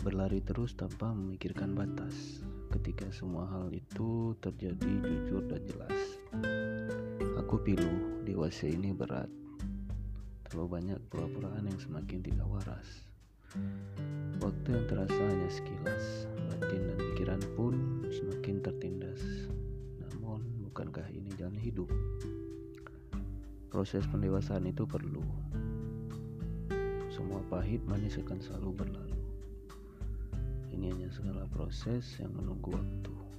Berlari terus tanpa memikirkan batas. Ketika semua hal itu terjadi jujur dan jelas. Aku pilu, dewasa ini berat. Terlalu banyak pura-puraan yang semakin tidak waras. Waktu yang terasa hanya sekilas, batin dan pikiran pun semakin tertindas. Namun, bukankah ini jalan hidup? Proses pendewasaan itu perlu. Semua pahit manis akan selalu berlalu. Ini hanya segala proses yang menunggu waktu.